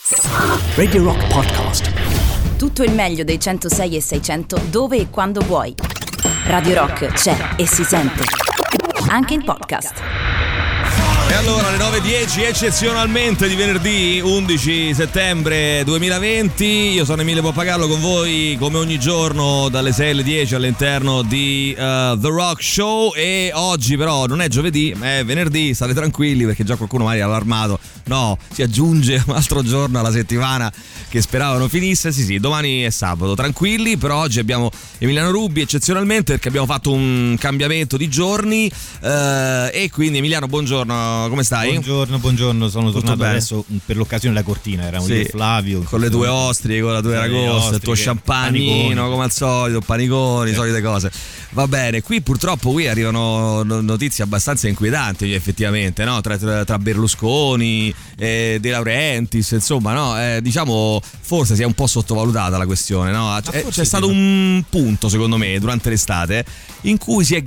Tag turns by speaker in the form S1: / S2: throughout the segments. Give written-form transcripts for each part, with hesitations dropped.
S1: Radio Rock Podcast.
S2: Tutto il meglio dei 106 e 600 dove e quando vuoi. Radio Rock c'è e si sente anche in podcast.
S3: E allora alle 9:10 eccezionalmente di venerdì 11 settembre 2020, io sono Emilio Pappagallo con voi come ogni giorno dalle 6 alle 10 all'interno di The Rock Show. E oggi però non è giovedì ma è venerdì, state tranquilli perché già qualcuno magari è allarmato. No, si aggiunge un altro giorno alla settimana che speravano finisse. Sì, domani è sabato, tranquilli. Però oggi abbiamo Emiliano Rubi eccezionalmente perché abbiamo fatto un cambiamento di giorni e quindi Emiliano, buongiorno. Come stai?
S4: Buongiorno, sono tornato adesso per l'occasione della cortina, eravamo io e Flavio.
S3: Con le tue ostriche, con la tua aragosta, il tuo champagnino, come al solito, paniconi, solite cose. Va bene, qui purtroppo arrivano notizie abbastanza inquietanti effettivamente, no? Tra Berlusconi, De Laurentiis, insomma, no? Diciamo forse si è un po' sottovalutata la questione, no? C'è stato un punto, secondo me, durante l'estate in cui c'è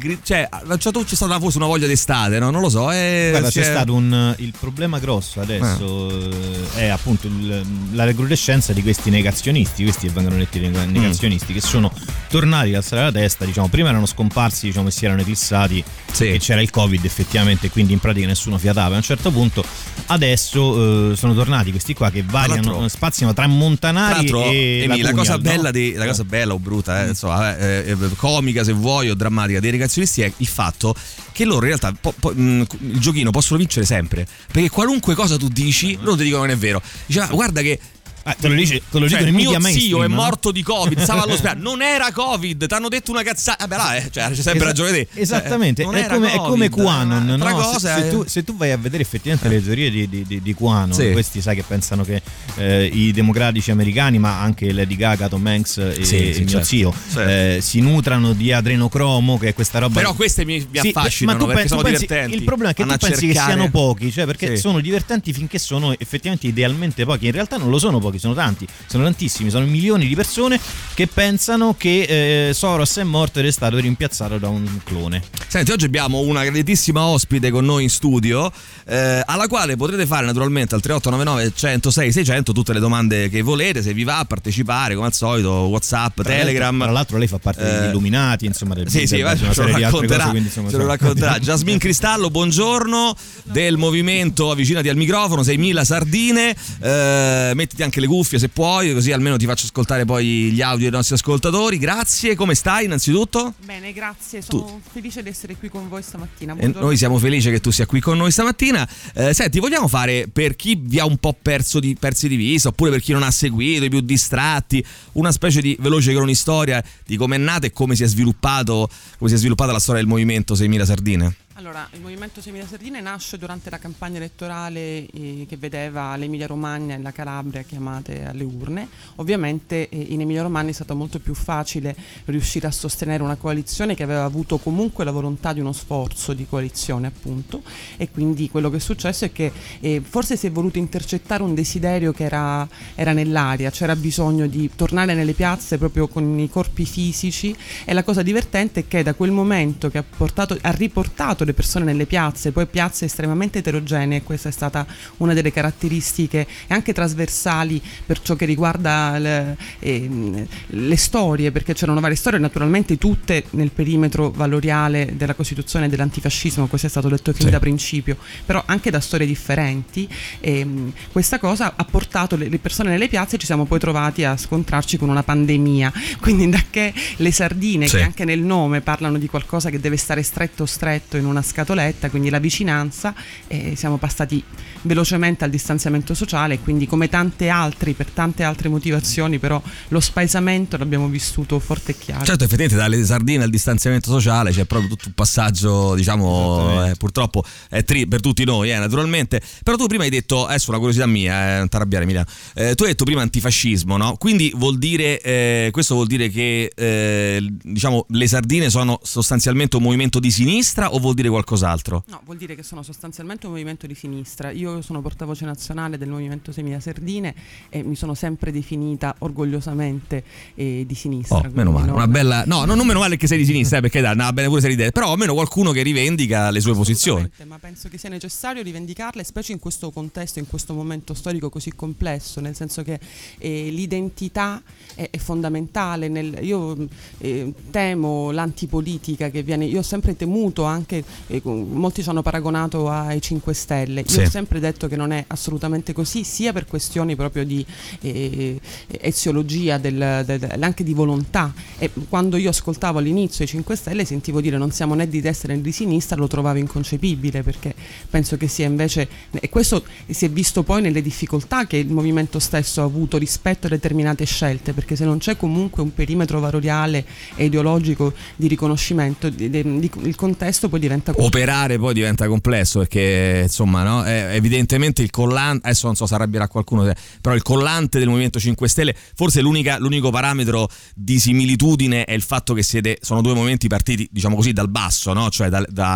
S3: stata forse una voglia d'estate, no? Non lo so.
S4: Guarda, c'è stato il problema grosso adesso è appunto la recrudescenza di questi negazionisti, questi che vengono detti negazionisti, che sono tornati ad alzare la testa. Diciamo, prima erano scomparsi, diciamo che si erano eclissati, che c'era il Covid effettivamente, quindi in pratica nessuno fiatava. A un certo punto adesso sono tornati questi qua che variano, spaziano tra montanari e
S3: la cosa bella la cosa bella o brutta, insomma, comica se vuoi o drammatica dei negazionisti è il fatto che loro in realtà il giochino possono vincere sempre, perché qualunque cosa tu dici loro ti dicono che non è vero. Dice, guarda che
S4: te lo dicono in
S3: mio
S4: media
S3: zio è
S4: no?
S3: morto di Covid, stava all'ospedale, non era Covid, ti hanno detto una cazzata. C'è sempre ragione te.
S4: Esattamente, è come QAnon, no? Se tu vai a vedere effettivamente le teorie di QAnon, questi sai che pensano che i democratici americani, ma anche Lady Gaga, Tom Hanks e mio zio si nutrano di adrenocromo, che è questa roba.
S3: Però queste mi affascinano perché sono divertenti.
S4: Il problema è che tu pensi che siano pochi, cioè perché sono divertenti finché sono effettivamente idealmente pochi. In realtà non lo sono pochi, sono tanti, sono tantissimi, sono milioni di persone che pensano che Soros è morto ed è stato rimpiazzato da un clone.
S3: Senti, oggi abbiamo una graditissima ospite con noi in studio, alla quale potrete fare naturalmente al 3899 106 600 tutte le domande che volete, se vi va a partecipare come al solito, WhatsApp, Telegram.
S4: Tra l'altro lei fa parte degli Illuminati, insomma, una serie di altre cose, quindi insomma,
S3: ce lo racconterà. Jasmine Cristallo, buongiorno, del movimento Avvicinati al microfono, 6.000 sardine, mettiti anche le cuffie se puoi, così almeno ti faccio ascoltare poi gli audio dei nostri ascoltatori. Grazie, come stai innanzitutto?
S5: Bene, grazie, sono felice di essere qui con voi stamattina.
S3: Noi siamo felici che tu sia qui con noi stamattina. Senti, vogliamo fare, per chi vi ha un po' persi di vista, oppure per chi non ha seguito, i più distratti, una specie di veloce cronistoria di come è nata e come si è sviluppata la storia del movimento 6.000 sardine?
S5: Allora, il Movimento 6.000 Sardine nasce durante la campagna elettorale che vedeva l'Emilia Romagna e la Calabria chiamate alle urne. Ovviamente in Emilia Romagna è stato molto più facile riuscire a sostenere una coalizione che aveva avuto comunque la volontà di uno sforzo di coalizione, appunto, e quindi quello che è successo è che forse si è voluto intercettare un desiderio che era nell'aria, c'era bisogno di tornare nelle piazze proprio con i corpi fisici, e la cosa divertente è che da quel momento che ha riportato le persone nelle piazze, poi piazze estremamente eterogenee, questa è stata una delle caratteristiche e anche trasversali per ciò che riguarda le storie, perché c'erano varie storie, naturalmente tutte nel perimetro valoriale della Costituzione e dell'antifascismo, questo è stato detto fin da principio, però anche da storie differenti, e questa cosa ha portato le persone nelle piazze, e ci siamo poi trovati a scontrarci con una pandemia, quindi da che le sardine, che anche nel nome parlano di qualcosa che deve stare stretto in una scatoletta, quindi la vicinanza, siamo passati velocemente al distanziamento sociale, e quindi come per tante altre motivazioni, però lo spaesamento l'abbiamo vissuto forte e chiaro.
S3: Certo, effettivamente dalle sardine al distanziamento sociale c'è proprio tutto un passaggio, diciamo, purtroppo è per tutti noi, naturalmente. Però tu prima hai detto, adesso una curiosità mia, non t'arrabbiare Emiliano, tu hai detto prima antifascismo, no? Quindi questo vuol dire che diciamo le sardine sono sostanzialmente un movimento di sinistra, o vuol dire dire qualcos'altro?
S5: No, vuol dire che sono sostanzialmente un movimento di sinistra. Io sono portavoce nazionale del Movimento 6000 Sardine e mi sono sempre definita orgogliosamente di sinistra.
S3: Meno male, una bella... No, non meno male che sei di sinistra, perché dai, andava bene pure se l'idea, però almeno qualcuno che rivendica le sue posizioni.
S5: Ma penso che sia necessario rivendicarle, specie in questo contesto, in questo momento storico così complesso, nel senso che l'identità è fondamentale. Io temo l'antipolitica che viene... Io ho sempre temuto anche, molti ci hanno paragonato ai 5 Stelle, io ho sempre detto che non è assolutamente così, sia per questioni proprio di eziologia, anche di volontà. E quando io ascoltavo all'inizio i 5 Stelle sentivo dire non siamo né di destra né di sinistra, lo trovavo inconcepibile, perché penso che sia invece, e questo si è visto poi nelle difficoltà che il movimento stesso ha avuto rispetto a determinate scelte, perché se non c'è comunque un perimetro valoriale e ideologico di riconoscimento, il contesto poi diventa complesso.
S3: Operare poi diventa complesso, perché insomma, no? Evidentemente il collante, adesso non so se arrabbierà qualcuno, però il collante del Movimento 5 Stelle, forse l'unico parametro di similitudine è il fatto che sono due movimenti partiti, diciamo così, dal basso, no? Cioè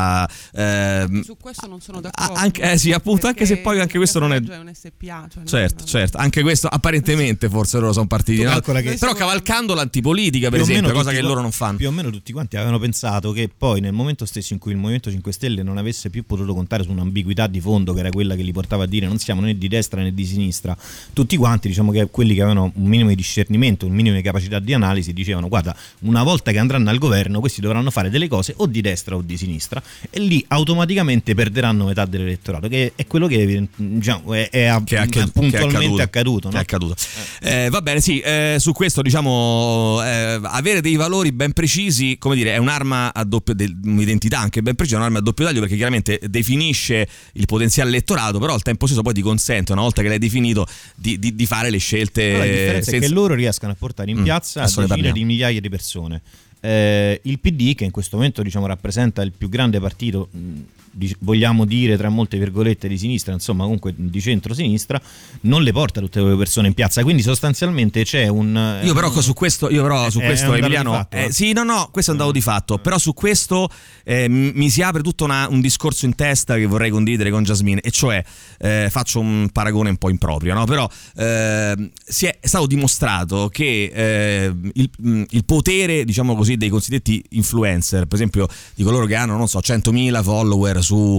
S5: su questo non sono d'accordo.
S3: Sì, appunto, anche se poi anche questo non è
S5: un SPA, cioè
S3: certo, anche questo apparentemente forse loro sono partiti, no? Però cavalcando l'antipolitica, per esempio, cosa che loro non fanno.
S4: Più o meno tutti quanti avevano pensato che poi nel momento stesso in cui il Movimento 5 Stelle non avesse più potuto contare su un'ambiguità di fondo, che era quella che li portava a dire non siamo né di destra né di sinistra, tutti quanti, diciamo che quelli che avevano un minimo di discernimento, un minimo di capacità di analisi, dicevano guarda, una volta che andranno al governo questi dovranno fare delle cose o di destra o di sinistra, e lì automaticamente perderanno metà dell'elettorato, che è quello che diciamo puntualmente accaduto, no?
S3: È accaduto. Va bene, sì, su questo diciamo avere dei valori ben precisi, come dire, è un'arma a doppio, un'identità anche ben precisa, è un'arma a doppio taglio, perché chiaramente definisce il potenziale elettorato, però al tempo stesso poi ti consente, una volta che l'hai definito, di fare le scelte.
S4: Però la differenza è che loro riescano a portare in piazza decine di migliaia di persone. Il PD, che in questo momento diciamo rappresenta il più grande partito, vogliamo dire tra molte virgolette di sinistra, insomma comunque di centro-sinistra, non le porta tutte quelle persone in piazza, quindi sostanzialmente c'è un...
S3: Io però su questo Emiliano, sì, no, questo è un dato di fatto, però su questo mi si apre tutto un discorso in testa che vorrei condividere con Jasmine, e cioè faccio un paragone un po' improprio, no? Però è stato dimostrato che il potere, diciamo così, dei cosiddetti influencer, per esempio di coloro che hanno, non so, 100.000 follower su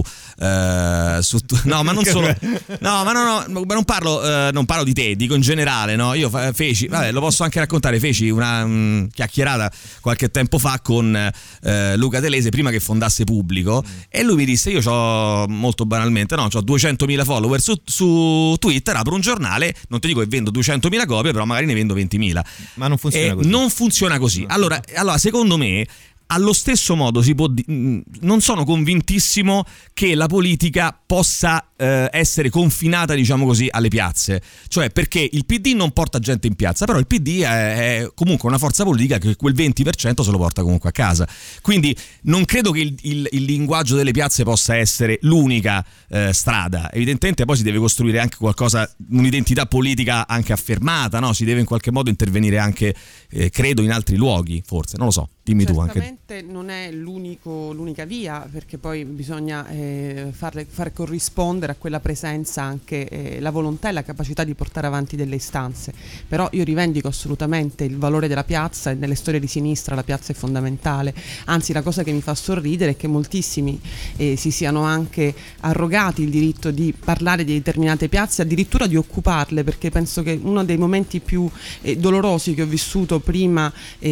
S3: no, ma non solo, no, ma non parlo di te, dico in generale, no? Io feci, vabbè, lo posso anche raccontare, feci una chiacchierata qualche tempo fa con Luca Telese prima che fondasse Pubblico, e lui mi disse: io c'ho, molto banalmente, no, c'ho 200.000 follower su Twitter, apro un giornale, non ti dico che vendo 200.000 copie, però magari ne vendo 20.000.
S4: Ma non funziona così.
S3: Non funziona così.
S4: No.
S3: Allora, secondo me, allo stesso modo non sono convintissimo che la politica possa essere confinata, diciamo così, alle piazze, cioè perché il PD non porta gente in piazza, però il PD è comunque una forza politica che quel 20% se lo porta comunque a casa, quindi non credo che il linguaggio delle piazze possa essere l'unica strada. Evidentemente poi si deve costruire anche qualcosa, un'identità politica anche affermata, no? Si deve in qualche modo intervenire anche, credo, in altri luoghi, forse, non lo so, dimmi tu anche.
S5: Certamente non è l'unica via, perché poi bisogna far corrispondere a quella presenza anche la volontà e la capacità di portare avanti delle istanze. Però io rivendico assolutamente il valore della piazza, e nelle storie di sinistra la piazza è fondamentale. Anzi, la cosa che mi fa sorridere è che moltissimi si siano anche arrogati il diritto di parlare di determinate piazze, addirittura di occuparle, perché penso che uno dei momenti più dolorosi che ho vissuto prima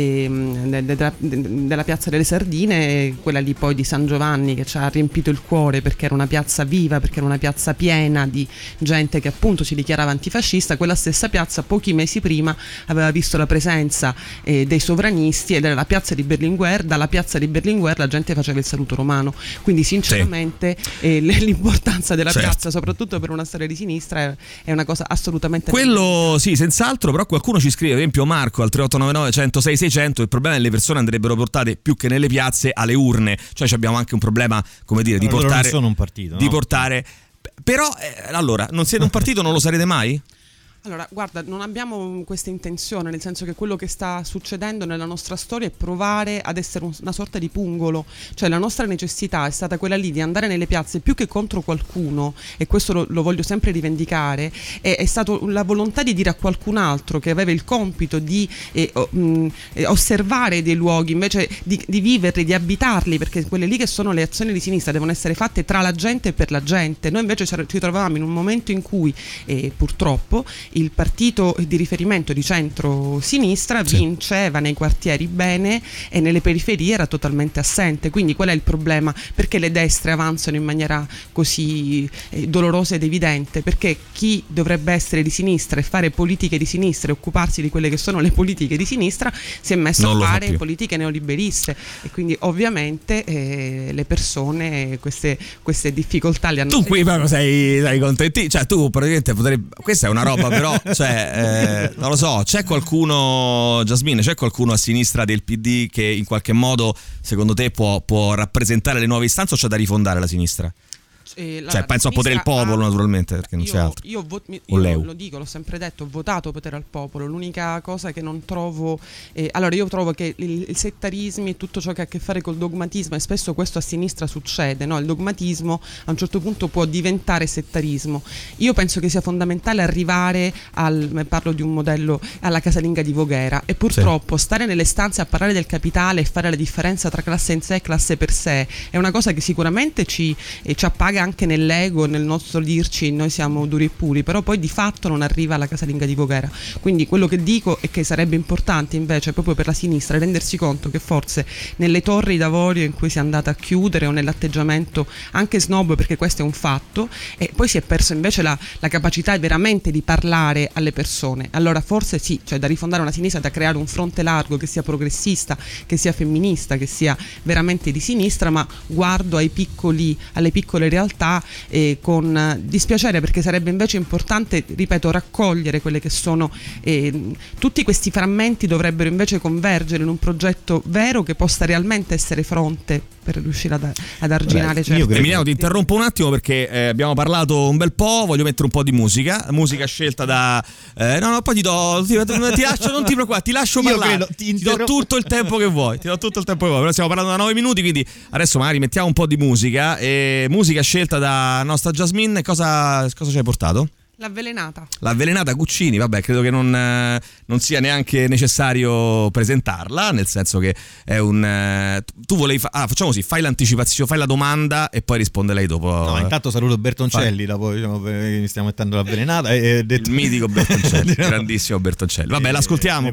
S5: della piazza delle Sardine è quella lì poi di San Giovanni, che ci ha riempito il cuore, perché era una piazza viva, perché era una piazza piena di gente che appunto si dichiarava antifascista. Quella stessa piazza pochi mesi prima aveva visto la presenza dei sovranisti, ed era la piazza di Berlinguer. Dalla piazza di Berlinguer la gente faceva il saluto romano, quindi sinceramente l'importanza della piazza, soprattutto per una storia di sinistra, è una cosa assolutamente
S3: quello sì, senz'altro. Però qualcuno ci scrive, ad esempio Marco al 3899 106 600, il problema è che le persone andrebbero portate più che nelle piazze alle urne, cioè abbiamo anche un problema, come dire, di portare,
S4: non sono un partito,
S3: di
S4: no?
S3: portare, però allora non siete un partito, non lo sarete mai?
S5: Allora, guarda, non abbiamo questa intenzione, nel senso che quello che sta succedendo nella nostra storia è provare ad essere una sorta di pungolo, cioè la nostra necessità è stata quella lì di andare nelle piazze più che contro qualcuno, e questo lo voglio sempre rivendicare, è stata la volontà di dire a qualcun altro che aveva il compito di osservare dei luoghi, invece di viverli, di abitarli, perché quelle lì che sono le azioni di sinistra devono essere fatte tra la gente e per la gente. Noi invece ci trovavamo in un momento in cui purtroppo il partito di riferimento di centro-sinistra vinceva nei quartieri bene e nelle periferie era totalmente assente. Quindi qual è il problema? Perché le destre avanzano in maniera così dolorosa ed evidente? Perché chi dovrebbe essere di sinistra e fare politiche di sinistra e occuparsi di quelle che sono le politiche di sinistra si è messo a fare politiche neoliberiste, e quindi ovviamente le persone queste difficoltà le hanno.
S3: Tu qui proprio sei contenti, cioè tu praticamente questa è una roba però, cioè non lo so, c'è qualcuno, Jasmine, c'è qualcuno a sinistra del PD che in qualche modo secondo te può rappresentare le nuove istanze, o c'è da rifondare la sinistra? Cioè penso a Potere il Popolo naturalmente, perché non c'è altro.
S5: Io lo dico, l'ho sempre detto, ho votato Potere al Popolo. L'unica cosa che non trovo, allora io trovo che il settarismi e tutto ciò che ha a che fare col dogmatismo, e spesso questo a sinistra succede, no? Il dogmatismo a un certo punto può diventare settarismo. Io penso che sia fondamentale arrivare parlo di un modello alla casalinga di Voghera, e purtroppo stare nelle stanze a parlare del capitale e fare la differenza tra classe in sé e classe per sé è una cosa che sicuramente ci appaga anche nell'ego, nel nostro dirci noi siamo duri e puri, però poi di fatto non arriva alla casalinga di Voghera. Quindi quello che dico è che sarebbe importante invece proprio per la sinistra rendersi conto che forse nelle torri d'avorio in cui si è andata a chiudere, o nell'atteggiamento anche snob, perché questo è un fatto, e poi si è perso invece la capacità veramente di parlare alle persone. Allora forse sì, c'è da rifondare una sinistra, da creare un fronte largo che sia progressista, che sia femminista, che sia veramente di sinistra, ma guardo alle piccole realtà con dispiacere, perché sarebbe invece importante, ripeto, raccogliere quelle che sono tutti questi frammenti dovrebbero invece convergere in un progetto vero che possa realmente essere fronte per riuscire ad arginare
S3: Emiliano, ti interrompo un attimo perché abbiamo parlato un bel po', voglio mettere un po' di musica scelta da poi ti lascio, non ti preoccupare, ti lascio parlare, ti do tutto il tempo che vuoi, però stiamo parlando da 9 minuti, quindi adesso magari mettiamo un po' di musica scelta da nostra Jasmine. Cosa ci hai portato? L'avvelenata Guccini, vabbè, credo che non sia neanche necessario presentarla, nel senso che è tu volevi facciamo così, fai l'anticipazione, fai la domanda e poi risponde lei dopo.
S4: No, intanto saluto Bertoncelli, dopo mi stiamo mettendo l'avvelenata il mitico
S3: Bertoncelli, grandissimo Bertoncelli. Vabbè, l'ascoltiamo,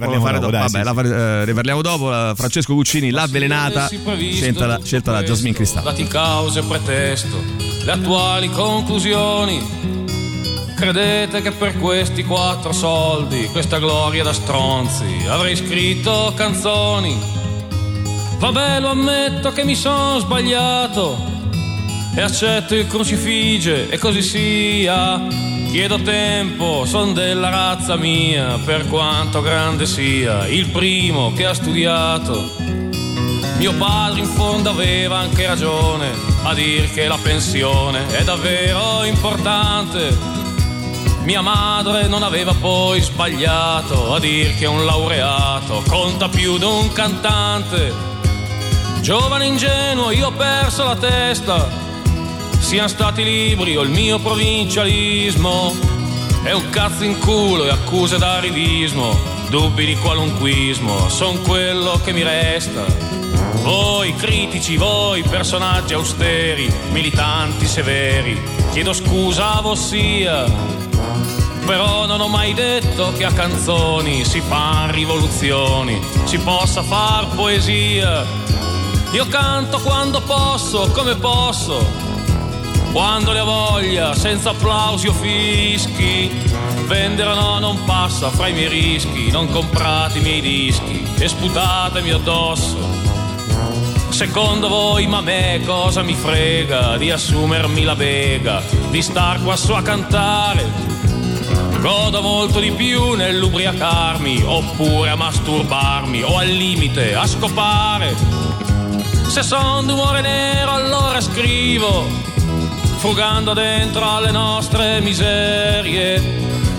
S3: ne parliamo dopo. Francesco Guccini, l'avvelenata, scelta da Jasmine Cristallo.
S6: Dati cause e pretesto, le attuali conclusioni. Credete che per questi 4 soldi, questa gloria da stronzi, avrei scritto canzoni? Vabbè, lo ammetto che mi son sbagliato e accetto il crucifige, e così sia. Chiedo tempo, son della razza mia, per quanto grande sia, il primo che ha studiato. Mio padre in fondo aveva anche ragione a dir che la pensione è davvero importante. Mia madre non aveva poi sbagliato a dir che un laureato conta più di un cantante. Giovane ingenuo, io ho perso la testa, siano stati libri o il mio provincialismo. È un cazzo in culo e accuse d'arivismo, dubbi di qualunquismo, son quello che mi resta. Voi critici, voi personaggi austeri, militanti severi, chiedo scusa a vossia, però non ho mai detto che a canzoni si fan rivoluzioni, si possa far poesia. Io canto quando posso, come posso, quando ne ho voglia, senza applausi o fischi. Vendere no, non passa fra i miei rischi, non comprate i miei dischi e sputatemi addosso. Secondo voi, ma a me cosa mi frega di assumermi la bega, di star qua su a cantare? Godo molto di più nell'ubriacarmi, oppure a masturbarmi, o al limite a scopare. Se son d'umore nero allora scrivo, frugando dentro alle nostre miserie.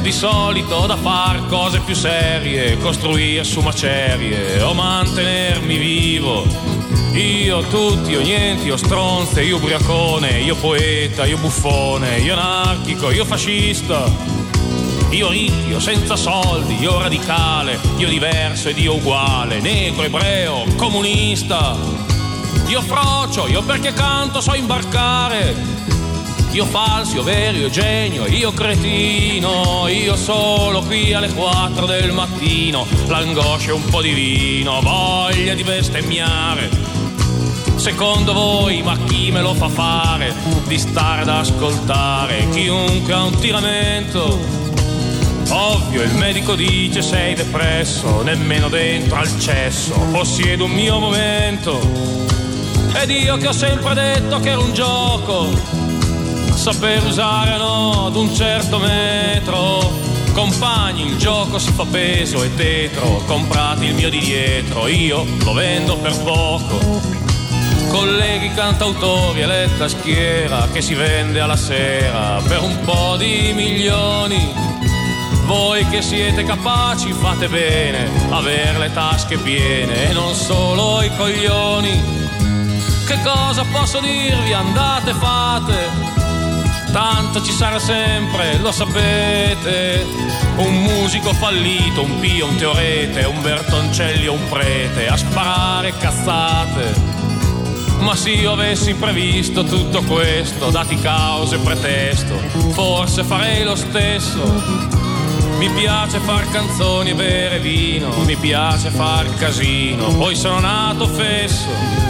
S6: di solito da far cose più serie, costruire su macerie o mantenermi vivo. Io tutti, io niente, io stronze, io ubriacone, io poeta, io buffone, io anarchico, io fascista, io ricco, io senza soldi, io radicale, io diverso ed io uguale, negro, ebreo, comunista, io frocio, io perché canto so imbarcare, io falso, io vero, io genio, io cretino, io solo qui alle 4 del mattino, l'angoscia e un po' di vino, voglia di bestemmiare. Secondo voi, ma chi me lo fa fare di stare ad ascoltare chiunque ha un tiramento? Ovvio, il medico dice sei depresso, nemmeno dentro al cesso possiedo un mio momento. Ed io che ho sempre detto che era un gioco, saper usare no ad un certo metro. Compagni, il gioco si fa peso e tetro, comprate il mio di dietro, io lo vendo per poco. Colleghi cantautori e letta schiera che si vende alla sera per un po' di milioni. Voi che siete capaci fate bene aver le tasche piene e non solo i coglioni. Che cosa posso dirvi? Andate, fate, tanto ci sarà sempre, lo sapete. Un musico fallito, un Pio, un Teorete, un Bertoncelli o un prete a sparare cazzate. Ma se io avessi previsto tutto questo, dati cause e pretesto, forse farei lo stesso. Mi piace far canzoni e bere vino, mi piace far casino, poi sono nato fesso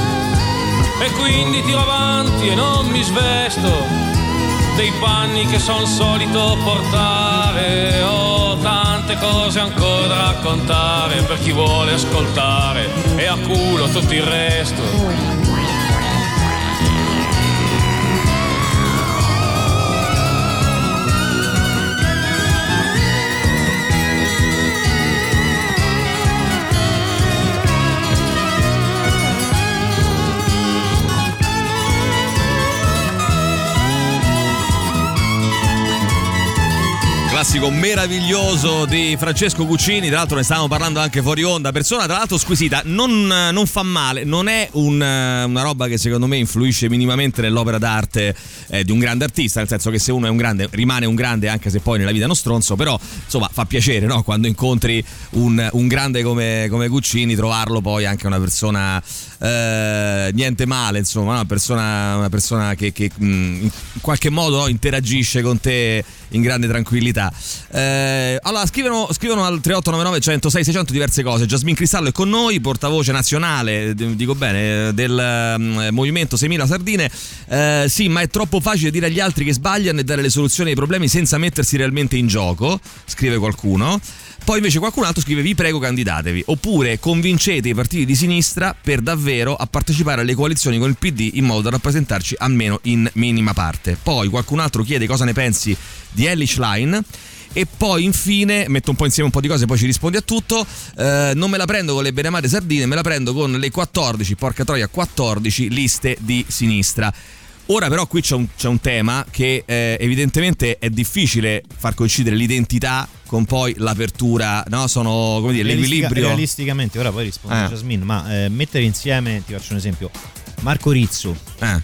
S6: e quindi tiro avanti e non mi svesto dei panni che son solito portare. Ho tante cose ancora da raccontare per chi vuole ascoltare e a culo tutto il resto.
S3: Classico meraviglioso di Francesco Guccini, tra l'altro ne stavamo parlando anche fuori onda, persona tra l'altro squisita, non fa male, non è una roba che secondo me influisce minimamente nell'opera d'arte di un grande artista, nel senso che se uno è un grande rimane un grande anche se poi nella vita è uno stronzo, però insomma fa piacere, no? Quando incontri un grande come Guccini trovarlo poi anche una persona niente male, insomma, una persona che in qualche modo, no, interagisce con te in grande tranquillità. Allora scrivono al 3899 106 600 diverse cose. Jasmine Cristallo è con noi, portavoce nazionale, dico bene, del Movimento 6000 Sardine. Sì, ma è troppo facile dire agli altri che sbagliano e dare le soluzioni ai problemi senza mettersi realmente in gioco, scrive qualcuno. Poi invece qualcun altro scrive: vi prego, candidatevi, oppure convincete i partiti di sinistra per davvero a partecipare alle coalizioni con il PD in modo da rappresentarci almeno in minima parte. Poi qualcun altro chiede cosa ne pensi di Elly Schlein. E poi infine metto un po' insieme un po' di cose, poi ci rispondi a tutto. Non me la prendo con le beneamate sardine, me la prendo con le 14, porca troia, 14 liste di sinistra. Ora però qui c'è un tema che evidentemente è difficile far coincidere l'identità con poi l'apertura, no? Sono, come dire, l'equilibrio.
S4: Realisticamente, ora poi rispondo a Jasmine, ma mettere insieme, ti faccio un esempio, Marco Rizzo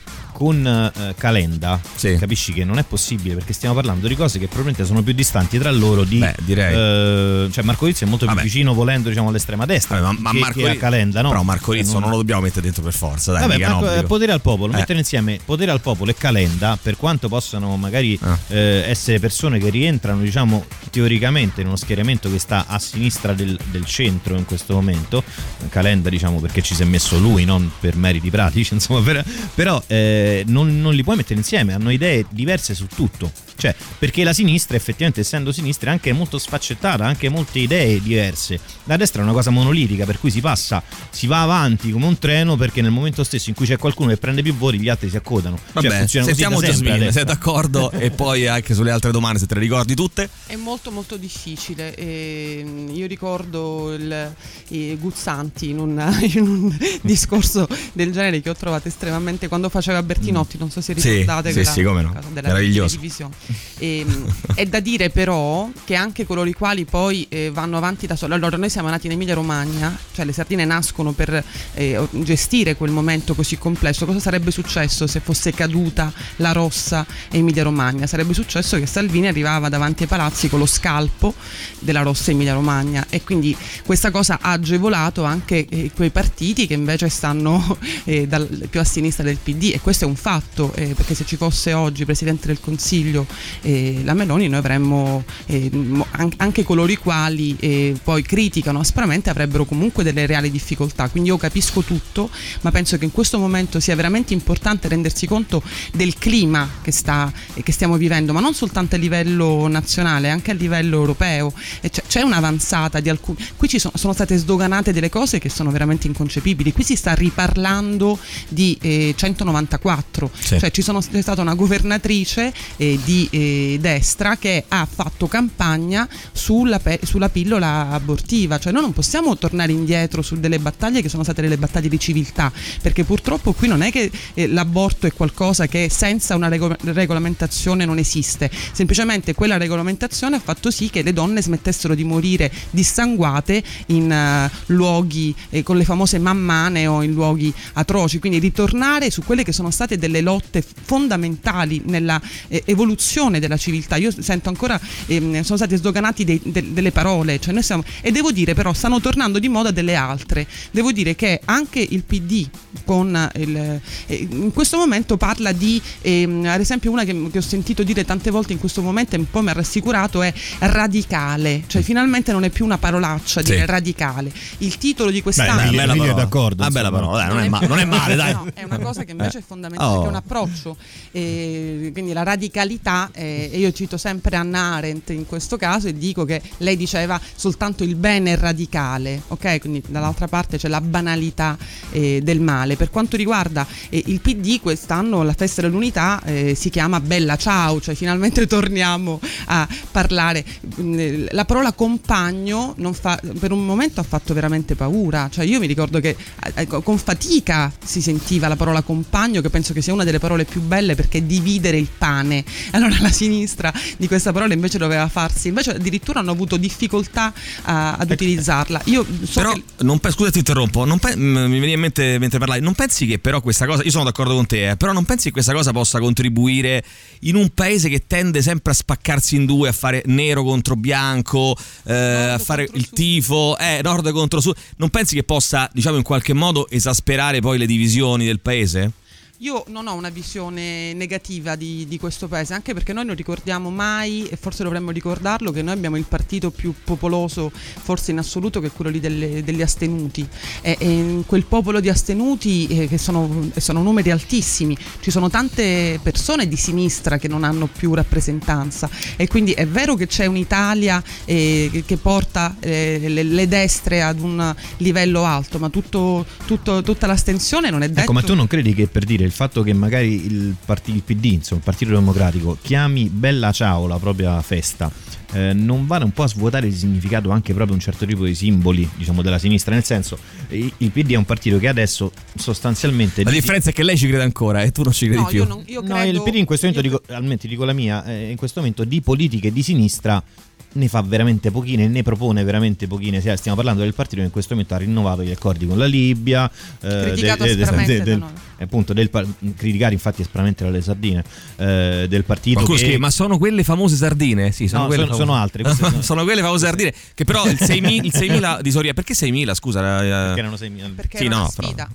S4: con Calenda, sì, capisci che non è possibile, perché stiamo parlando di cose che probabilmente sono più distanti tra loro di
S3: direi.
S4: Cioè Marco Rizzo è molto più vicino, volendo, diciamo, all'estrema destra, ma
S3: Marco
S4: a Calenda, no?
S3: Però Marco Rizzo non lo dobbiamo mettere dentro per forza, dai.
S4: Potere al popolo, mettere insieme Potere al popolo e Calenda, per quanto possano magari essere persone che rientrano, diciamo, teoricamente in uno schieramento che sta a sinistra del centro in questo momento. Calenda, diciamo, perché ci si è messo lui, non per meriti pratici, insomma, però non li puoi mettere insieme, hanno idee diverse su tutto, cioè, perché la sinistra, effettivamente, essendo sinistra, è anche molto sfaccettata, ha anche molte idee diverse. La destra è una cosa monolitica, per cui si va avanti come un treno, perché nel momento stesso in cui c'è qualcuno che prende più voti gli altri si accodano.
S3: Vabbè,
S4: cioè,
S3: sentiamo Jasmine, sei d'accordo? E poi anche sulle altre domande, se te le ricordi tutte.
S5: È molto molto difficile. Io ricordo Guzzanti in un discorso del genere che ho trovato estremamente, quando faceva Bertinotti, non so se ricordate
S3: sì, come no,
S5: della
S3: meraviglioso.
S5: televisione. È da dire però che anche coloro i quali poi vanno avanti da soli. Allora, noi siamo nati in Emilia Romagna, cioè le sardine nascono per gestire quel momento così complesso. Cosa sarebbe successo se fosse caduta la rossa Emilia Romagna? Sarebbe successo che Salvini arrivava davanti ai palazzi con lo scalpo della rossa Emilia Romagna, e quindi questa cosa ha agevolato anche quei partiti che invece stanno più a sinistra del PD, e questo è un fatto, perché se ci fosse oggi Presidente del Consiglio la Meloni, noi avremmo anche coloro i quali poi criticano aspramente avrebbero comunque delle reali difficoltà. Quindi io capisco tutto, ma penso che in questo momento sia veramente importante rendersi conto del clima che stiamo vivendo, ma non soltanto a livello nazionale, anche a livello europeo. C'è un'avanzata di alcuni. Qui sono state sdoganate delle cose che sono veramente inconcepibili. Qui si sta riparlando di 194,
S3: sì.
S5: Cioè c'è stata una governatrice di destra che ha fatto campagna sulla pillola abortiva. Cioè noi non possiamo tornare indietro su delle battaglie che sono state delle battaglie di civiltà, perché purtroppo qui non è che l'aborto è qualcosa che senza una regolamentazione non esiste, semplicemente quella regolamentazione ha fatto sì che le donne smettessero di morire dissanguate in luoghi con le famose mammane o in luoghi atroci. Quindi ritornare su quelle che sono state delle lotte fondamentali nella evoluzione della civiltà. Io sento ancora sono stati sdoganati delle parole, cioè noi siamo, e devo dire però stanno tornando di moda delle altre. Devo dire che anche il PD in questo momento parla di ad esempio una che ho sentito dire tante volte in questo momento e un po' mi ha rassicurato, è radicale, cioè finalmente non è più una parolaccia dire radicale. Il titolo di quest'anno
S4: è d'accordo,
S3: una bella parola, dai, non è male, dai.
S5: No, è una cosa che invece è fondamentale, che è un approccio, quindi la radicalità, e io cito sempre Hannah Arendt in questo caso e dico che lei diceva soltanto il bene è radicale, ok? Quindi dall'altra parte c'è la banalità del male. Per quanto riguarda il PD, quest'anno la festa dell'unità si chiama Bella Ciao, cioè finalmente torniamo a parlare. La parola compagno per un momento ha fatto veramente paura, cioè io mi ricordo che con fatica si sentiva la parola compagno, che penso che sia una delle parole più belle perché dividere il pane. Allora la sinistra di questa parola invece doveva farsi, invece addirittura hanno avuto difficoltà ad utilizzarla. Io so
S3: però
S5: che...
S3: scusa, ti interrompo, mi veniva in mente mentre parlavi, non pensi che però questa cosa, io sono d'accordo con te, però non pensi che questa cosa possa contribuire in un paese che tende sempre a spaccarsi in due, a fare nero contro bianco, a fare il tifo, nord contro sud, non pensi che possa, diciamo, in qualche modo esasperare poi le divisioni del paese?
S5: Io non ho una visione negativa di questo paese, anche perché noi non ricordiamo mai, e forse dovremmo ricordarlo, che noi abbiamo il partito più popoloso forse in assoluto, che è quello lì degli astenuti, e in quel popolo di astenuti che sono numeri altissimi, ci sono tante persone di sinistra che non hanno più rappresentanza, e quindi è vero che c'è un'Italia che porta le destre ad un livello alto, ma tutta l'astensione non è detto.
S4: Ecco, ma tu non credi che, per dire, il fatto che magari il PD, insomma il Partito Democratico, chiami Bella Ciao la propria festa, non vada un po' a svuotare il significato anche proprio un certo tipo di simboli, diciamo, della sinistra? Nel senso, il PD è un partito che adesso sostanzialmente...
S3: La differenza è che lei ci crede ancora e tu non ci credi più.
S5: Io credo,
S4: il PD in questo momento, almeno ti dico la mia, in questo momento di politiche di sinistra ne fa veramente pochine, ne propone veramente pochine. Stiamo parlando del partito che in questo momento ha rinnovato gli accordi con la Libia,
S5: criticato aspramente
S4: appunto criticare infatti aspramente dalle sardine, del partito
S3: ma sono quelle famose sardine? Sì, sono
S4: altre.
S3: Sono quelle famose sardine che però il 6.000 di Soria, perché 6.000, scusa?
S4: Perché erano 6.000?
S5: Perché era una sfida,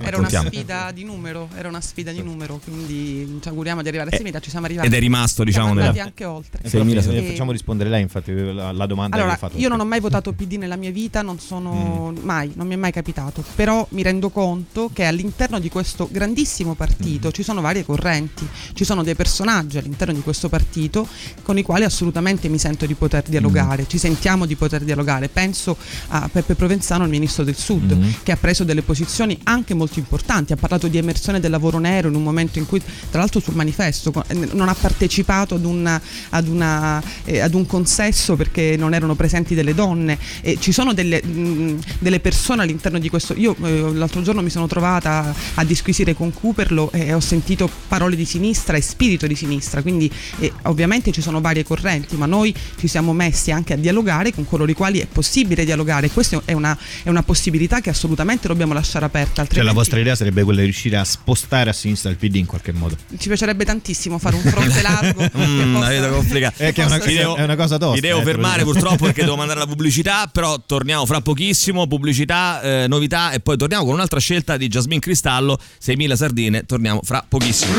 S5: era una sfida di numero, quindi ci auguriamo di arrivare a 6.000, ci siamo arrivati.
S3: Ed è rimasto, diciamo,
S5: andati anche oltre.
S3: 6.000.
S4: Facciamo rispondere lei, infatti, la domanda
S5: allora,
S4: che ho fatto.
S5: Io non ho mai votato PD nella mia vita, non mi è mai capitato, però mi rendo conto che all'interno di questo grandissimo partito ci sono varie correnti, ci sono dei personaggi all'interno di questo partito con i quali assolutamente mi sento di poter dialogare, ci sentiamo di poter dialogare. Penso a Peppe Provenzano, il ministro del Sud, che ha preso delle posizioni anche molto importanti, ha parlato di emersione del lavoro nero in un momento in cui, tra l'altro sul manifesto, non ha partecipato ad un consesso perché non erano presenti delle donne, e ci sono delle persone all'interno di questo. Io l'altro giorno mi sono trovata a disquisire con Cooperlo e ho sentito parole di sinistra e spirito di sinistra, quindi ovviamente ci sono varie correnti, ma noi ci siamo messi anche a dialogare con coloro i quali è possibile dialogare. Questa è una possibilità che assolutamente dobbiamo lasciare aperta, altrimenti...
S4: Cioè la vostra idea sarebbe quella di riuscire a spostare a sinistra il PD in qualche modo?
S5: Ci piacerebbe tantissimo fare un fronte largo.
S3: Una vita complicata.
S4: È una cosa tosta.
S3: Vi devo fermare purtroppo perché devo mandare la pubblicità, però torniamo fra pochissimo, pubblicità, novità, e poi torniamo con un'altra scelta di Jasmine Cristallo, 6.000 sardine, torniamo fra pochissimo.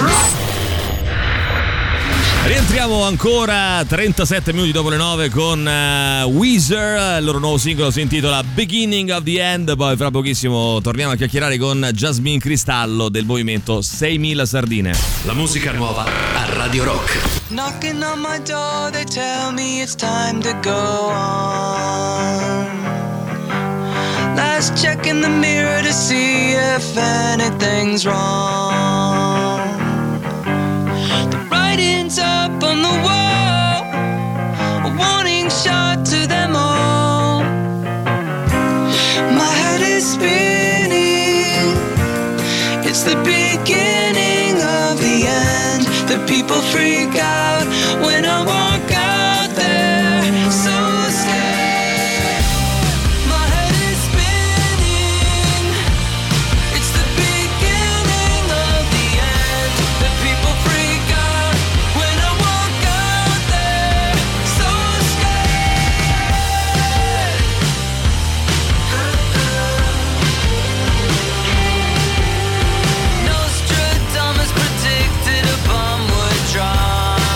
S3: Rientriamo ancora 37 minuti dopo le 9 con Weezer, il loro nuovo singolo si intitola Beginning of the End, poi fra pochissimo torniamo a chiacchierare con Jasmine Cristallo del movimento 6.000 sardine.
S1: La musica nuova a Radio Rock.
S7: Knocking on my door, they tell me it's time to go on. Last check in the mirror to see if anything's wrong. The writing's up on the wall, a warning shot to them all. My head is spinning, it's the beginning of the end. The people freak out when I walk out there, so scared. My head is spinning, it's the beginning of the end. The people freak out when I walk out there, so scared. Nostradamus predicted a bomb would drop.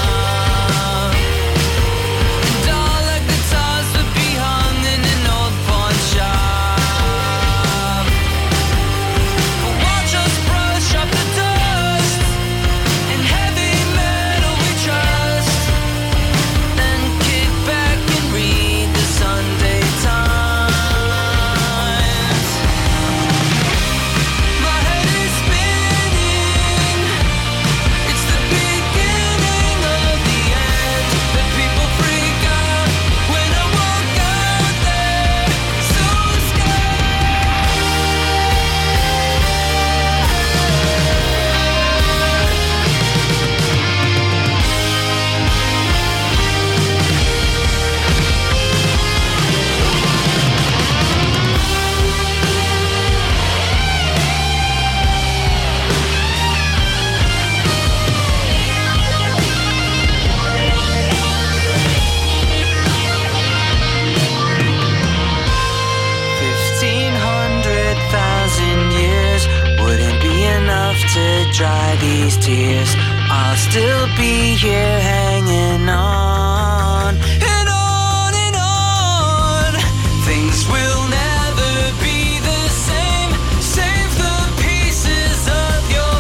S7: dry these tears, I'll still be here hanging on. And on and on, things will never be the same. Save the pieces of your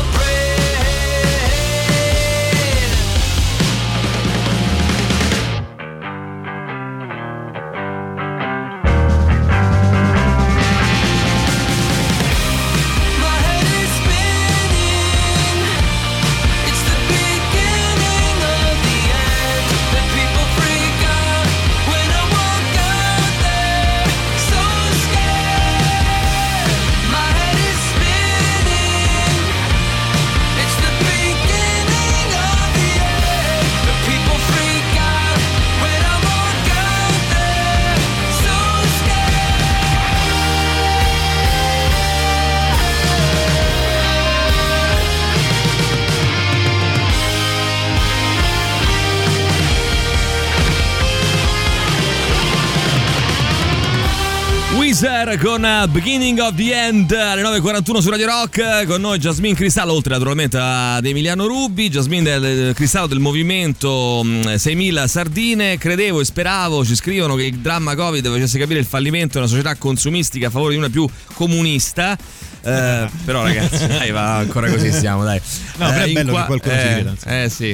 S3: con Beginning of the End alle 9.41 su Radio Rock. Con noi Jasmine Cristallo, oltre naturalmente ad Emiliano Rubi. Jasmine del Cristallo del movimento 6.000 sardine. Credevo e speravo, ci scrivono, che il dramma Covid facesse capire il fallimento di una società consumistica a favore di una più comunista. Però ragazzi, dai, va ancora così stiamo, dai.
S4: No, però è bello che qualcuno ci creda.
S3: Sì.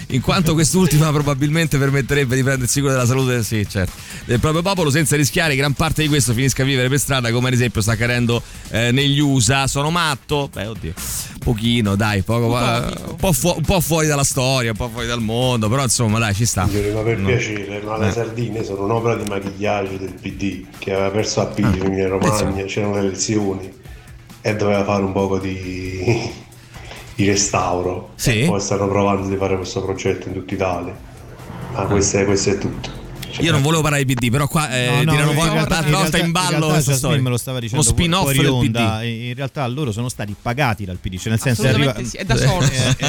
S3: in quanto quest'ultima probabilmente permetterebbe di prendersi cura della salute, sì, certo, del proprio popolo, senza rischiare che gran parte di questo finisca a vivere per strada, come ad esempio sta accadendo negli USA. Sono matto? Beh, oddio, pochino, dai, un po' fuori dalla storia, un po' fuori dal mondo, però insomma dai, ci sta.
S8: Ma per piacere, ma le sardine sono un'opera di machillaggio del PD che aveva perso appigli in Emilia Romagna, c'erano le elezioni e doveva fare un poco di restauro.
S3: Sì.
S8: E poi stanno provando di fare questo progetto in tutta Italia. Ma questo è tutto.
S3: Io non volevo parlare di PD, però qua tirano fuori un'altra volta in ballo questa storia.
S4: Me lo stava dicendo
S3: uno spin-off
S4: fuori
S3: del
S4: onda.
S3: PD.
S4: In realtà loro sono stati pagati dal PD, cioè nel senso
S5: è da solo.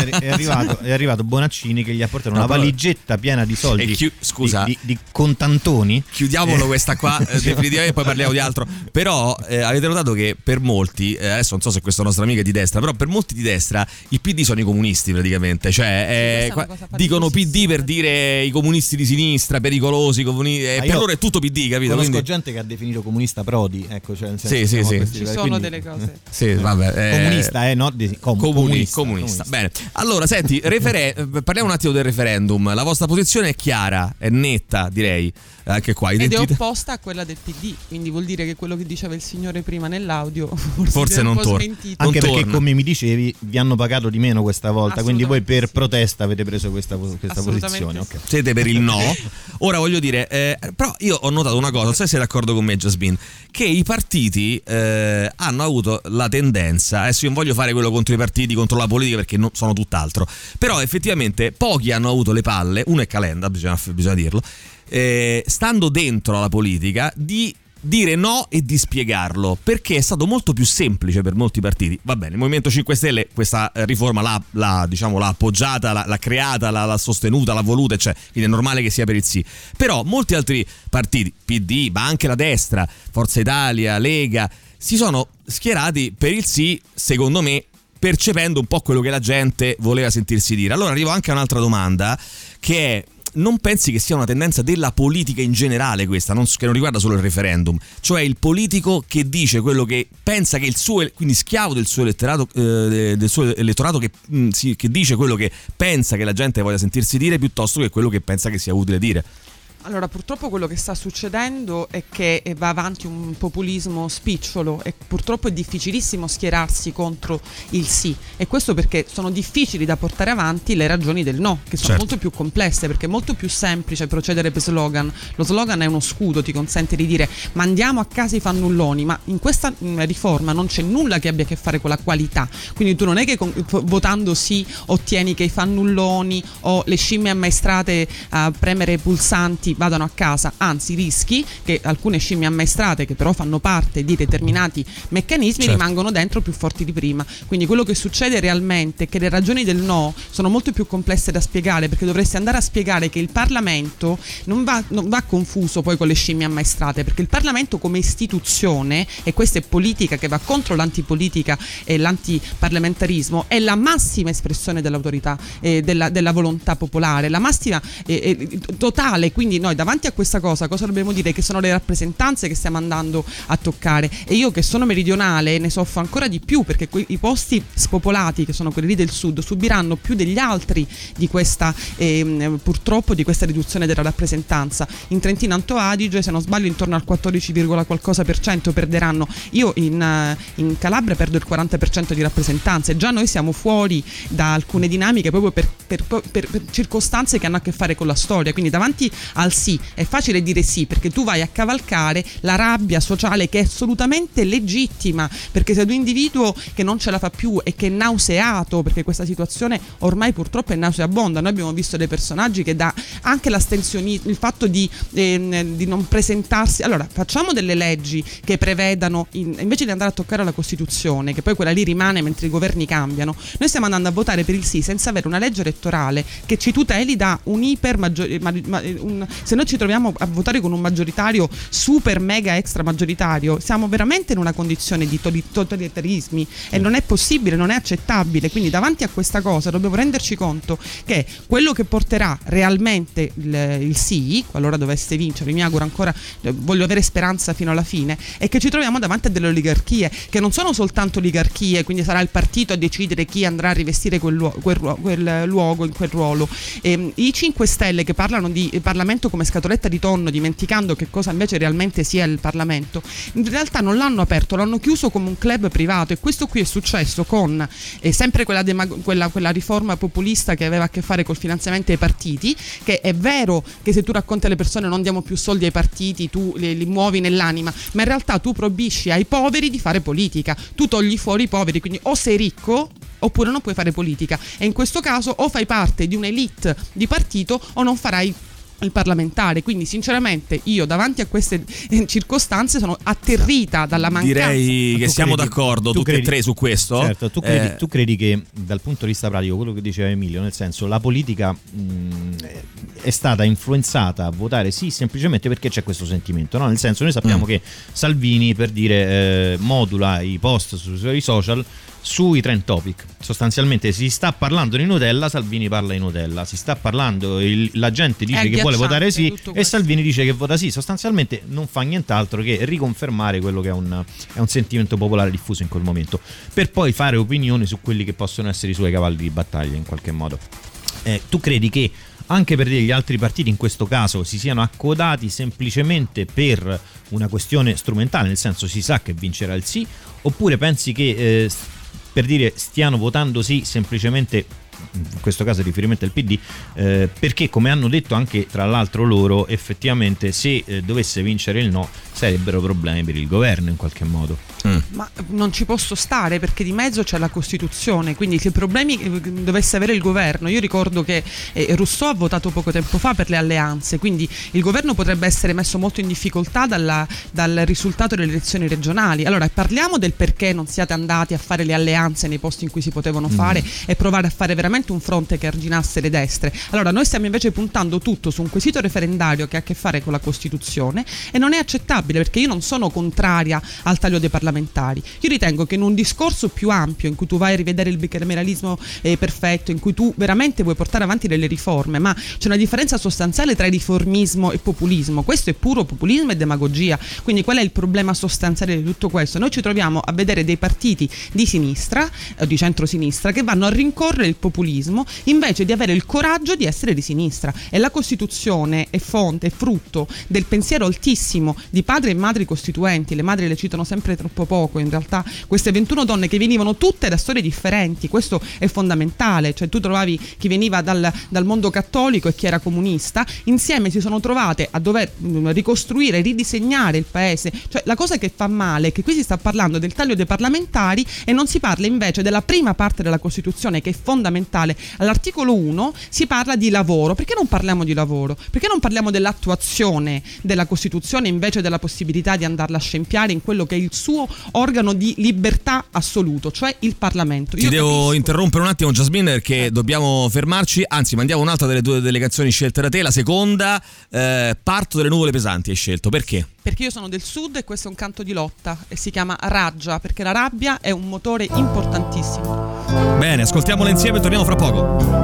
S4: è arrivato Bonaccini che gli ha portato una valigetta piena di soldi,
S3: scusa,
S4: di contantoni.
S3: Chiudiamolo questa qua definitivamente, poi parliamo di altro. Però avete notato che per molti, adesso non so se questa nostra amica è di destra, però per molti di destra il PD sono i comunisti praticamente, cioè dicono PD per dire i comunisti di sinistra, pericolosi. Per loro è tutto PD, capito?
S4: Conosco gente che ha definito comunista Prodi, ecco, cioè nel senso
S3: sì.
S5: Ci sono delle cose.
S3: Sì, vabbè.
S4: Comunista, no?
S3: Comunista. Bene. Allora, senti, parliamo un attimo del referendum. La vostra posizione è chiara, è netta, direi. Anche qua.
S5: Ed è opposta a quella del PD, quindi vuol dire che quello che diceva il signore prima nell'audio
S3: forse non torna.
S4: Anche perché, come mi dicevi, vi hanno pagato di meno questa volta, quindi voi per protesta avete preso questa posizione. Okay.
S3: Siete per il no. Ora voglio dire, però io ho notato una cosa, non so se sei d'accordo con me, Jasmine, che i partiti hanno avuto la tendenza, adesso io non voglio fare quello contro i partiti, contro la politica, perché sono tutt'altro, però effettivamente pochi hanno avuto le palle, uno è Calenda, bisogna dirlo, stando dentro alla politica, di dire no e di spiegarlo, perché è stato molto più semplice per molti partiti. Va bene, il Movimento 5 Stelle questa riforma l'ha appoggiata, l'ha creata, l'ha sostenuta, l'ha voluta, cioè, quindi è normale che sia per il sì. Però molti altri partiti, PD, ma anche la destra, Forza Italia, Lega, si sono schierati per il sì, secondo me, percependo un po' quello che la gente voleva sentirsi dire. Allora arrivo anche a un'altra domanda, che è: non pensi che sia una tendenza della politica in generale questa, che non riguarda solo il referendum, cioè il politico che dice quello che pensa, che il suo, quindi schiavo del suo elettorato, che dice quello che pensa che la gente voglia sentirsi dire, piuttosto che quello che pensa che sia utile dire?
S5: Allora, purtroppo quello che sta succedendo è che va avanti un populismo spicciolo e purtroppo è difficilissimo schierarsi contro il sì, e questo perché sono difficili da portare avanti le ragioni del no, che sono molto più complesse, perché è molto più semplice procedere per slogan. Lo slogan è uno scudo, ti consente di dire mandiamo a casa i fannulloni, ma in questa riforma non c'è nulla che abbia a che fare con la qualità, quindi tu non è che votando sì ottieni che i fannulloni o le scimmie ammaestrate a premere pulsanti vadano a casa, anzi rischi che alcune scimmie ammaestrate, che però fanno parte di determinati meccanismi, rimangono dentro più forti di prima. Quindi quello che succede realmente è che le ragioni del no sono molto più complesse da spiegare, perché dovresti andare a spiegare che il Parlamento non va confuso poi con le scimmie ammaestrate, perché il Parlamento come istituzione, e questa è politica che va contro l'antipolitica e l'antiparlamentarismo, è la massima espressione dell'autorità, della volontà popolare, la massima totale. Quindi noi davanti a questa cosa dobbiamo dire? Che sono le rappresentanze che stiamo andando a toccare, e io che sono meridionale ne soffro ancora di più, perché i posti spopolati, che sono quelli lì del sud, subiranno più degli altri di questa purtroppo di questa riduzione della rappresentanza. In Trentino Alto Adige, se non sbaglio, intorno al 14, qualcosa per cento perderanno. Io in Calabria perdo il 40% di rappresentanze. Già noi siamo fuori da alcune dinamiche proprio per circostanze che hanno a che fare con la storia. Quindi davanti al sì è facile dire sì, perché tu vai a cavalcare la rabbia sociale, che è assolutamente legittima, perché sei un individuo che non ce la fa più e che è nauseato, perché questa situazione ormai purtroppo è nauseabonda. Noi abbiamo visto dei personaggi che dà anche l'astensionismo, il fatto di non presentarsi. Allora facciamo delle leggi che prevedano, invece di andare a toccare la Costituzione, che poi quella lì rimane mentre i governi cambiano, noi stiamo andando a votare per il sì senza avere una legge elettorale che ci tuteli da se noi ci troviamo a votare con un maggioritario super mega extra maggioritario, siamo veramente in una condizione di totalitarismi e non è possibile, non è accettabile. Quindi davanti a questa cosa dobbiamo renderci conto che quello che porterà realmente il sì, qualora dovesse vincere, mi auguro ancora, voglio avere speranza fino alla fine, è che ci troviamo davanti a delle oligarchie che non sono soltanto oligarchie, quindi sarà il partito a decidere chi andrà a rivestire quel luogo in quel ruolo. I 5 Stelle che parlano di Parlamento come scatoletta di tonno, dimenticando che cosa invece realmente sia il Parlamento, in realtà non l'hanno aperto, l'hanno chiuso come un club privato, e questo qui è successo con sempre quella riforma populista che aveva a che fare col finanziamento ai partiti, che è vero che se tu racconti alle persone non diamo più soldi ai partiti, tu li muovi nell'anima, ma in realtà tu proibisci ai poveri di fare politica, tu togli fuori i poveri, quindi o sei ricco oppure non puoi fare politica, e in questo caso o fai parte di un'elite di partito o non farai il parlamentare. Quindi sinceramente io davanti a queste circostanze sono atterrita dalla mancanza.
S3: Direi che siamo d'accordo tutti e tre su questo.
S4: Certo, tu credi che dal punto di vista pratico, quello che diceva Emilio, nel senso, la politica è stata influenzata a votare sì semplicemente perché c'è questo sentimento, no? Nel senso, noi sappiamo che Salvini, per dire, modula i post sui suoi social sui trend topic. Sostanzialmente si sta parlando di Nutella, Salvini parla di Nutella, si sta parlando, la gente dice che vuole votare sì e Salvini dice che vota sì. Sostanzialmente non fa nient'altro che riconfermare quello che è un sentimento popolare diffuso in quel momento, per poi fare opinioni su quelli che possono essere i suoi cavalli di battaglia in qualche modo. Tu credi che anche per gli altri partiti in questo caso si siano accodati semplicemente per una questione strumentale, nel senso si sa che vincerà il sì, oppure pensi che per dire stiano votando sì semplicemente, in questo caso riferimento al PD, perché come hanno detto anche tra l'altro loro, effettivamente se dovesse vincere il no sarebbero problemi per il governo in qualche modo?
S5: Ma non ci posso stare, perché di mezzo c'è la Costituzione, quindi se problemi dovesse avere il governo, io ricordo che Rousseau ha votato poco tempo fa per le alleanze, quindi il governo potrebbe essere messo molto in difficoltà dal risultato delle elezioni regionali. Allora parliamo del perché non siate andati a fare le alleanze nei posti in cui si potevano fare e provare a fare veramente un fronte che arginasse le destre. Allora noi stiamo invece puntando tutto su un quesito referendario che ha a che fare con la Costituzione, e non è accettabile, perché io non sono contraria al taglio dei parlamentari. Io ritengo che in un discorso più ampio, in cui tu vai a rivedere il bicameralismo perfetto, in cui tu veramente vuoi portare avanti delle riforme, ma c'è una differenza sostanziale tra riformismo e populismo. Questo è puro populismo e demagogia. Quindi qual è il problema sostanziale di tutto questo? Noi ci troviamo a vedere dei partiti di sinistra, di centrosinistra, che vanno a rincorrere il populismo invece di avere il coraggio di essere di sinistra. E la Costituzione è fonte, è frutto del pensiero altissimo di padri e madri costituenti. Le madri le citano sempre troppo poco, in realtà queste 21 donne che venivano tutte da storie differenti, questo è fondamentale. Cioè tu trovavi chi veniva dal mondo cattolico e chi era comunista, insieme si sono trovate a dover ricostruire, ridisegnare il paese. Cioè la cosa che fa male è che qui si sta parlando del taglio dei parlamentari e non si parla invece della prima parte della Costituzione, che è fondamentale. All'articolo 1 si parla di lavoro. Perché non parliamo di lavoro? Perché non parliamo dell'attuazione della Costituzione invece della possibilità di andarla a scempiare in quello che è il suo organo di libertà assoluto, cioè il Parlamento?
S3: Ti devo interrompere un attimo, Jasmine, perché dobbiamo fermarci. Anzi, mandiamo un'altra delle tue delle canzoni scelte da te, la seconda, Parto delle nuvole pesanti. Hai scelto perché?
S5: Perché io sono del sud e questo è un canto di lotta e si chiama Raggia, perché la rabbia è un motore importantissimo.
S3: Bene, ascoltiamola insieme e torniamo fra poco.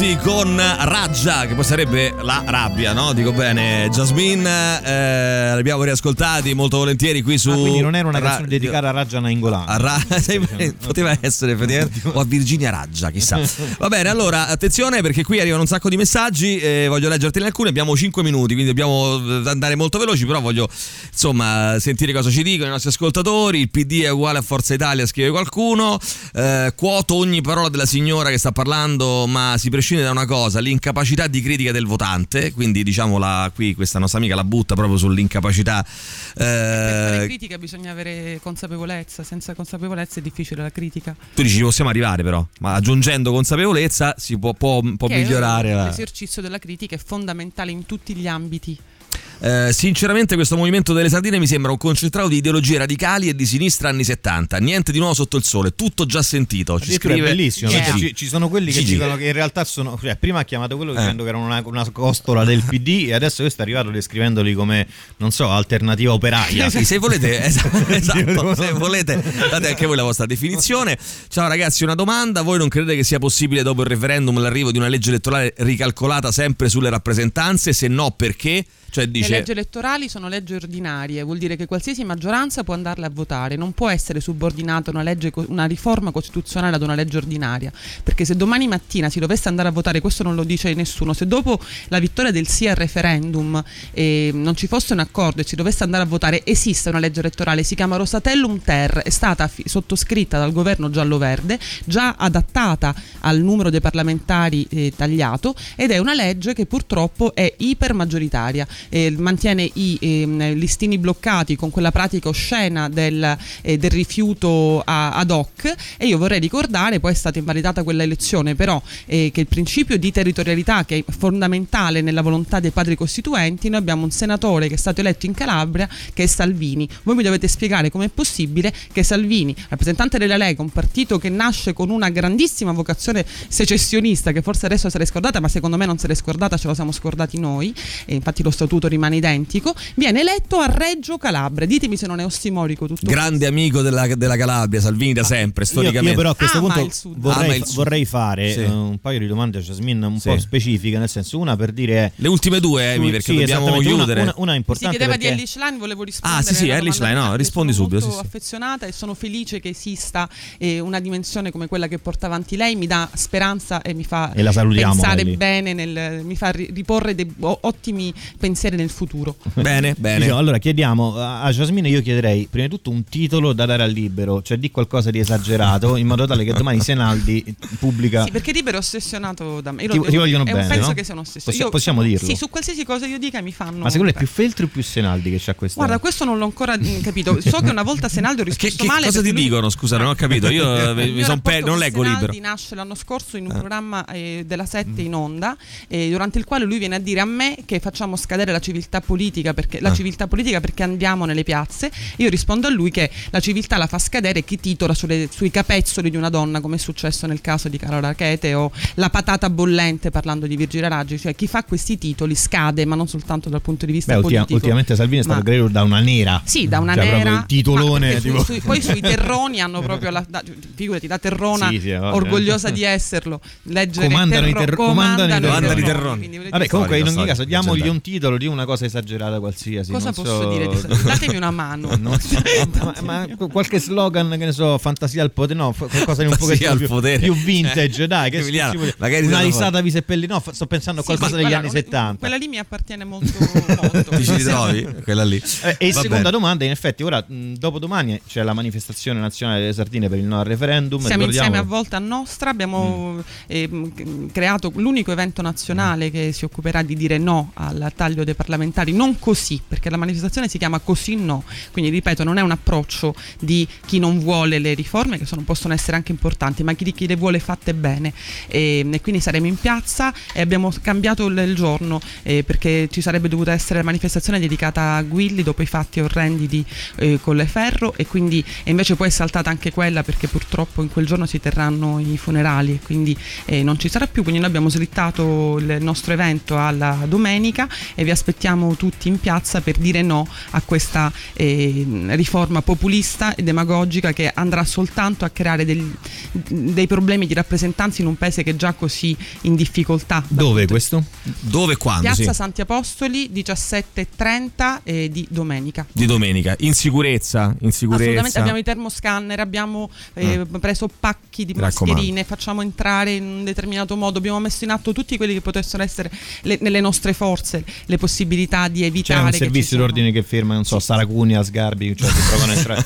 S3: tutti con Raggia, che poi sarebbe la rabbia, no? Dico bene, Jasmine, li abbiamo riascoltati molto volentieri qui su...
S4: quindi non era una canzone dedicata a Raggia Nainggolan.
S3: Poteva essere effettivamente, o a Virginia Raggia, chissà. Va bene, allora attenzione, perché qui arrivano un sacco di messaggi, voglio leggertene alcuni, abbiamo 5 minuti, quindi dobbiamo andare molto veloci, però voglio insomma sentire cosa ci dicono i nostri ascoltatori. Il PD è uguale a Forza Italia, scrive qualcuno. Quoto ogni parola della signora che sta parlando, ma si prescinde da una cosa: l'incapacità di critica del votante. Quindi diciamo qui questa nostra amica la butta proprio sull'incapacità.
S5: Per fare critica bisogna avere consapevolezza, senza consapevolezza è difficile la critica.
S3: Tu dici ci possiamo arrivare, però, ma aggiungendo consapevolezza si può migliorare.
S5: L'esercizio della critica è fondamentale in tutti gli ambiti.
S3: Sinceramente questo movimento delle sardine mi sembra un concentrato di ideologie radicali e di sinistra anni 70. Niente di nuovo sotto il sole, tutto già sentito. Ci scrive...
S4: È bellissimo, perché ci sono quelli che dicono che in realtà sono, prima ha chiamato quello dicendo che erano una costola del PD, e adesso questo è arrivato descrivendoli come, non so, alternativa operaia.
S3: Sì, se volete, esatto, se volete date anche voi la vostra definizione. Ciao ragazzi, una domanda: voi non credete che sia possibile dopo il referendum l'arrivo di una legge elettorale ricalcolata sempre sulle rappresentanze? Se no, perché? Cioè dice...
S5: Le leggi elettorali sono leggi ordinarie, vuol dire che qualsiasi maggioranza può andarle a votare, non può essere subordinata una riforma costituzionale ad una legge ordinaria, perché se domani mattina si dovesse andare a votare, questo non lo dice nessuno, se dopo la vittoria del sì al referendum non ci fosse un accordo e si dovesse andare a votare, esiste una legge elettorale, si chiama Rosatellum Ter, è stata sottoscritta dal governo giallo-verde, già adattata al numero dei parlamentari tagliato, ed è una legge che purtroppo è ipermaggioritaria. Mantiene i listini bloccati con quella pratica oscena del rifiuto ad hoc, e io vorrei ricordare, poi è stata invalidata quella elezione, però che il principio di territorialità, che è fondamentale nella volontà dei padri costituenti, noi abbiamo un senatore che è stato eletto in Calabria, che è Salvini. Voi mi dovete spiegare com'è possibile che Salvini, rappresentante della Lega, un partito che nasce con una grandissima vocazione secessionista, che forse adesso se l'è scordata, ma secondo me non se l'è scordata, ce lo siamo scordati noi, e infatti lo statuto rimane identico, viene eletto a Reggio Calabria. Ditemi se non è ossimorico tutto
S3: grande questo. Amico della Calabria, Salvini da sempre, storicamente.
S4: Io però a questo punto vorrei fare un paio di domande a Jasmine un po' specifiche, nel senso, una per dire
S3: le ultime due, perché dobbiamo chiudere.
S4: Una importante.
S5: Si chiedeva
S4: perché...
S5: di Ellis Line, volevo rispondere.
S3: Ellis Line, no, rispondi subito.
S5: Sono molto affezionata e sono felice che esista una dimensione come quella che porta avanti lei, mi dà speranza e mi fa pensare bene, mi fa riporre dei ottimi pensieri nel futuro.
S3: Bene.
S4: Diciamo, allora chiediamo a Jasmine, io chiederei prima di tutto un titolo da dare al Libero, cioè di qualcosa di esagerato, in modo tale che domani Senaldi pubblica.
S5: Sì, perché Libero è ossessionato da me.
S4: Ti vogliono bene,
S5: penso
S4: no?
S5: che sia un ossessionato.
S4: Possiamo dirlo?
S5: Sì, su qualsiasi cosa io dica mi fanno.
S4: Ma secondo te è più Feltri o più Senaldi che c'ha questa?
S5: Guarda, questo non l'ho ancora capito. So che una volta Senaldi ho risposto male.
S3: Cosa ti dicono? Scusa, non ho capito. Io non leggo Libero.
S5: Senaldi nasce l'anno scorso in un programma della 7 in onda, durante il quale lui viene a dire a me che facciamo scadere la civiltà politica perché andiamo nelle piazze. Io rispondo a lui che la civiltà la fa scadere chi titola sui capezzoli di una donna, come è successo nel caso di Carola Rackete, o la patata bollente parlando di Virginia Raggi. Cioè chi fa questi titoli scade, ma non soltanto dal punto di vista politico.
S4: Ultimamente Salvini è stato aggredito da una nera.
S5: Sì, da una nera.
S4: Il titolone
S5: poi sui terroni hanno proprio figurati, da terrona, orgogliosa di esserlo, leggere comandano
S3: i terroni.
S4: Vabbè, comunque in ogni caso diamogli un titolo di una cosa esagerata qualsiasi.
S5: Cosa posso dire? Datemi una mano.
S4: ma qualche slogan, che ne so, fantasia al potere, no, qualcosa di un pochettino più vintage, dai, che
S3: magari
S4: una risata vi seppelli, no, sto pensando a qualcosa degli anni 70.
S5: Quella lì mi appartiene molto.
S3: Ti ci ritrovi? Quella lì.
S4: E seconda domanda, in effetti, ora dopodomani c'è la manifestazione nazionale delle sardine per il no al referendum.
S5: Siamo insieme a Volta Nostra, abbiamo creato l'unico evento nazionale che si occuperà di dire no al taglio dei parlamentari, non così, perché la manifestazione si chiama Così No, quindi ripeto, non è un approccio di chi non vuole le riforme, che possono essere anche importanti, ma chi le vuole fatte bene, e quindi saremo in piazza e abbiamo cambiato il giorno perché ci sarebbe dovuta essere la manifestazione dedicata a Guilli dopo i fatti orrendi di Colleferro, e quindi invece poi è saltata anche quella perché purtroppo in quel giorno si terranno i funerali e quindi non ci sarà più, quindi noi abbiamo slittato il nostro evento alla domenica e vi aspettiamo tutti in piazza per dire no a questa riforma populista e demagogica che andrà soltanto a creare dei problemi di rappresentanza in un paese che è già così in difficoltà.
S4: Dove questo?
S3: Dove e quando?
S5: Piazza Santi Apostoli, 17:30 di domenica.
S3: Di domenica, in sicurezza.
S5: Assolutamente, abbiamo i termoscanner, abbiamo preso pacchi di mascherine, facciamo entrare in un determinato modo, abbiamo messo in atto tutti quelli che potessero essere nelle nostre forze le possibilità di evitare.
S4: C'è un servizio d'ordine che ferma, non so, Saracunia, Sgarbi, cioè che provano a entrare.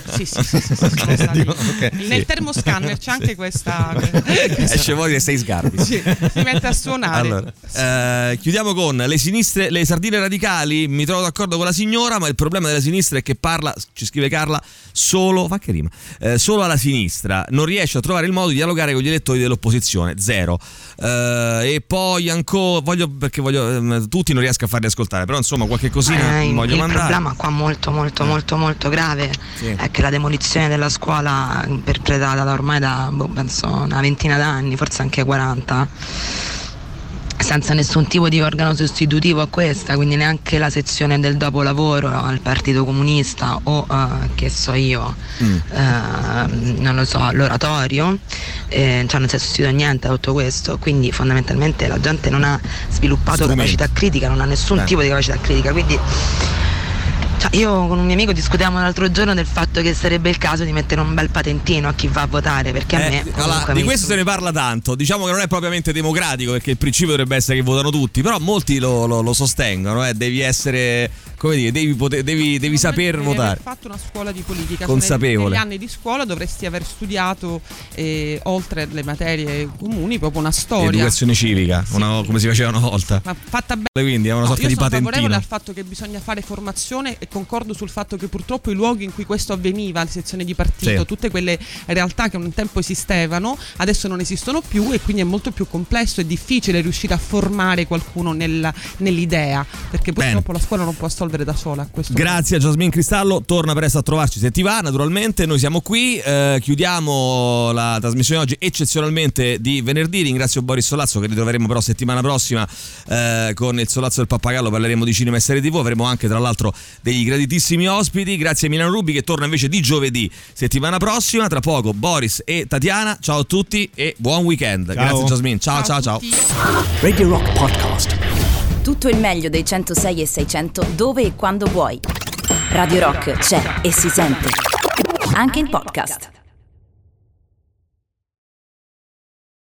S5: Nel termoscanner c'è anche questa
S3: esce fuori che sei Sgarbi.
S5: Si mette a suonare.
S3: Allora, chiudiamo con le sardine radicali. Mi trovo d'accordo con la signora, ma il problema della sinistra è che parla, ci scrive Carla, solo alla sinistra, non riesce a trovare il modo di dialogare con gli elettori dell'opposizione, zero. E poi ancora tutti non riesco a farli ascoltare, però insomma qualche cosina voglio mandare.
S9: Il problema qua molto grave è che la demolizione della scuola perpetrata da ormai penso una ventina d'anni, forse anche 40, senza nessun tipo di organo sostitutivo a questa, quindi neanche la sezione del dopolavoro al Partito Comunista o che so io, non lo so, l'oratorio, cioè non si è sostituito niente a tutto questo, quindi fondamentalmente la gente non ha sviluppato capacità critica, non ha nessun tipo di capacità critica, quindi io con un mio amico discutevamo l'altro giorno del fatto che sarebbe il caso di mettere un bel patentino a chi va a votare, perché a me
S3: di questo se ne parla tanto, diciamo che non è propriamente democratico, perché il principio dovrebbe essere che votano tutti, però molti lo sostengono, devi essere, come dire, devi saper votare.
S5: Aver fatto una scuola di politica
S3: consapevole.
S5: Negli anni di scuola dovresti aver studiato oltre le materie comuni proprio una storia,
S3: educazione civica, come si faceva una volta,
S5: ma fatta bene.
S3: Quindi è una sorta di patentino.
S5: Io sono favorevole al fatto che bisogna fare formazione e concordo sul fatto che purtroppo i luoghi in cui questo avveniva, le sezioni di partito, tutte quelle realtà che un tempo esistevano adesso non esistono più, e quindi è molto più complesso e difficile riuscire a formare qualcuno nell'idea, perché purtroppo la scuola non può assolvere da sola questo.
S3: Grazie a Jasmine Cristallo, torna presto a trovarci se ti va, naturalmente noi siamo qui, chiudiamo la trasmissione oggi eccezionalmente di venerdì. Ringrazio Boris Sollazzo, che ritroveremo però settimana prossima con il Sollazzo del Pappagallo, parleremo di cinema e serie TV, avremo anche tra l'altro degli graditissimi ospiti. Grazie a Milano Rubi, che torna invece di giovedì settimana prossima. Tra poco Boris e Tatiana. Ciao a tutti e buon weekend.
S4: Ciao.
S3: Grazie Jasmine. Ciao.
S1: Radio Rock Podcast.
S2: Tutto il meglio dei 106 e 600 dove e quando vuoi. Radio Rock c'è e si sente anche in podcast.